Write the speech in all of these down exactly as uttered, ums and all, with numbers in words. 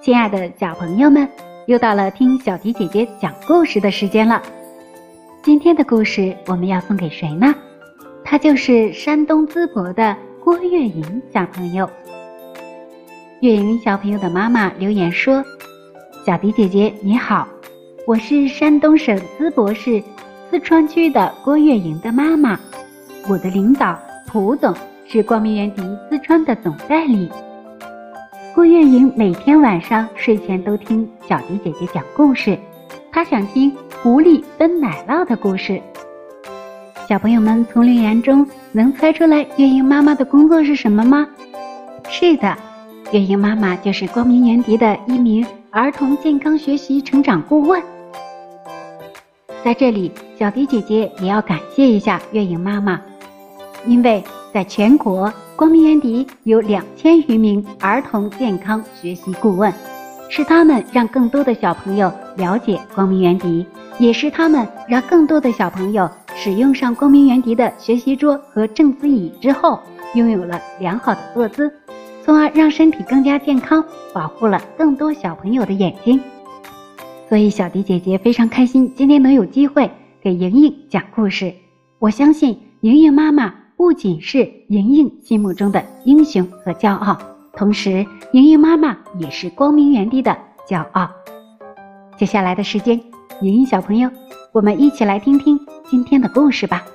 亲爱的小朋友们，又到了听小迪姐姐讲故事的时间了。今天的故事我们要送给谁呢？他就是山东淄博的郭月莹小朋友。月莹小朋友的妈妈留言说，小迪姐姐你好，我是山东省淄博市四川区的郭月莹的妈妈，我的领导蒲总是光明园迪四川的总代理。郭月莹每天晚上睡前都听小迪姐姐讲故事，她想听狐狸分奶酪的故事。小朋友们从留言中能猜出来月莹妈妈的工作是什么吗？是的，月莹妈妈就是光明园迪的一名儿童健康学习成长顾问。在这里，小迪姐姐也要感谢一下月莹妈妈，因为在全国光明园迪有两千余名儿童健康学习顾问，是他们让更多的小朋友了解光明园迪，也是他们让更多的小朋友使用上光明园迪的学习桌和正姿椅之后，拥有了良好的坐姿，从而让身体更加健康，保护了更多小朋友的眼睛。所以小迪姐姐非常开心今天能有机会给莹莹讲故事。我相信莹莹妈妈不仅是莹莹心目中的英雄和骄傲，同时莹莹妈妈也是光明园迪的骄傲。接下来的时间，莹莹小朋友，我们一起来听听今天的故事吧。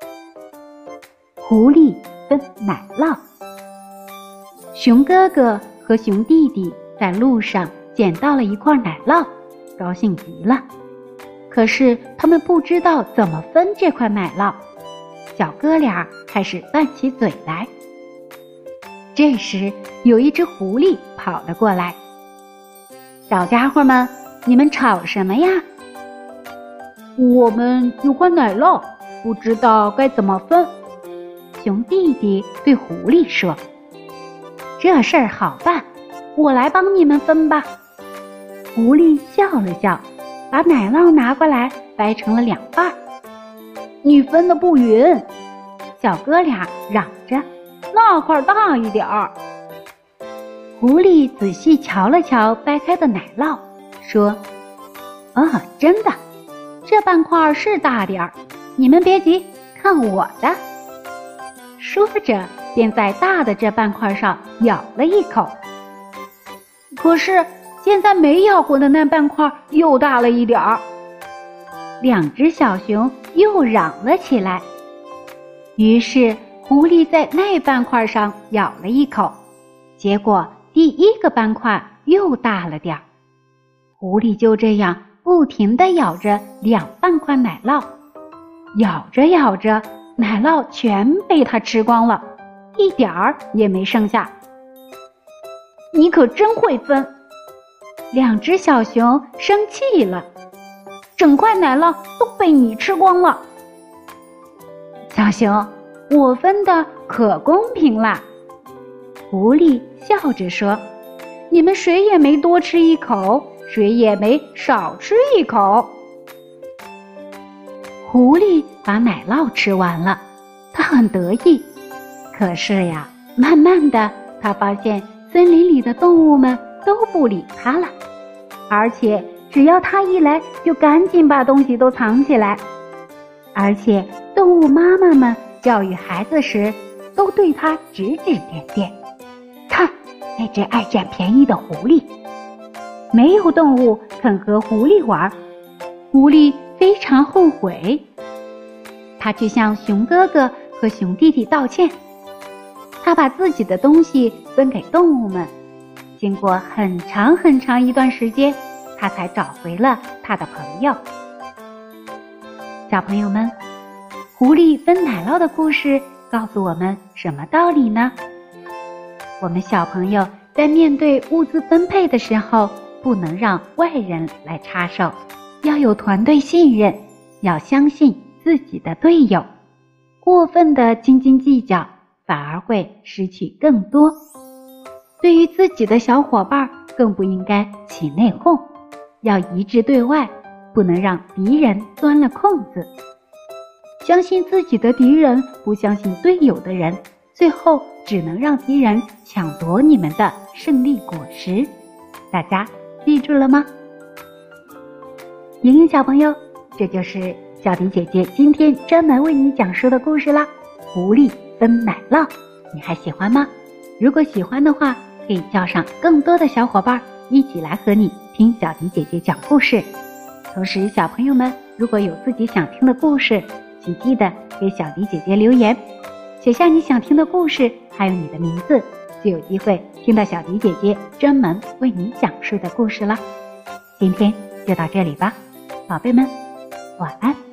狐狸分奶酪。熊哥哥和熊弟弟在路上捡到了一块奶酪，高兴极了。可是他们不知道怎么分这块奶酪，小哥俩开始拌起嘴来。这时有一只狐狸跑了过来，小家伙们，你们吵什么呀？ 我们有块奶酪，不知道该怎么分。 熊弟弟对狐狸说，这事儿好办，我来帮你们分吧。狐狸笑了笑，把奶酪拿过来掰成了两半。 你分得不匀， 小哥俩嚷着， 那块大一点儿。 狐狸仔细瞧了瞧掰开的奶酪，说，哦，真的，这半块是大点儿，你们别急，看我的。说着便在大的这半块上咬了一口。 可是现在没咬过的那半块又大了一点儿。 两只小熊又嚷了起来。于是狐狸在那半块上咬了一口，结果第一个半块又大了点儿。狐狸就这样不停地咬着两半块奶酪，咬着咬着，奶酪全被它吃光了，一点儿也没剩下。 你可真会分！ 两只小熊生气了， 整块奶酪都被你吃光了。 小熊，我分的可公平啦。狐狸笑着说，你们谁也没多吃一口，谁也没少吃一口。狐狸把奶酪吃完了，他很得意。可是呀，慢慢的他发现森林里的动物们都不理他了，而且只要他一来就赶紧把东西都藏起来。而且动物妈妈们教育孩子时都对他指指点点，看那只爱占便宜的狐狸。没有动物肯和狐狸玩，狐狸非常后悔。他去向熊哥哥和熊弟弟道歉，他把自己的东西分给动物们。经过很长很长一段时间，他才找回了他的朋友。小朋友们，狐狸分奶酪的故事告诉我们什么道理呢？我们小朋友在面对物资分配的时候，不能让外人来插手，要有团队信任，要相信自己的队友。过分的斤斤计较，反而会失去更多。对于自己的小伙伴，更不应该起内讧，要一致对外，不能让敌人钻了空子。相信自己的敌人，不相信队友的人，最后只能让敌人抢夺你们的胜利果实。 大家记住了吗？莹莹小朋友，这就是小迪姐姐今天专门为你讲述的故事啦，狐狸分奶酪，你还喜欢吗？如果喜欢的话，可以叫上更多的小伙伴一起来和你听小迪姐姐讲故事。同时小朋友们如果有自己想听的故事，请记得给小迪姐姐留言，写下你想听的故事还有你的名字，就有机会听到小迪姐姐专门为你讲述的故事了。今天就到这里吧，宝贝们晚安。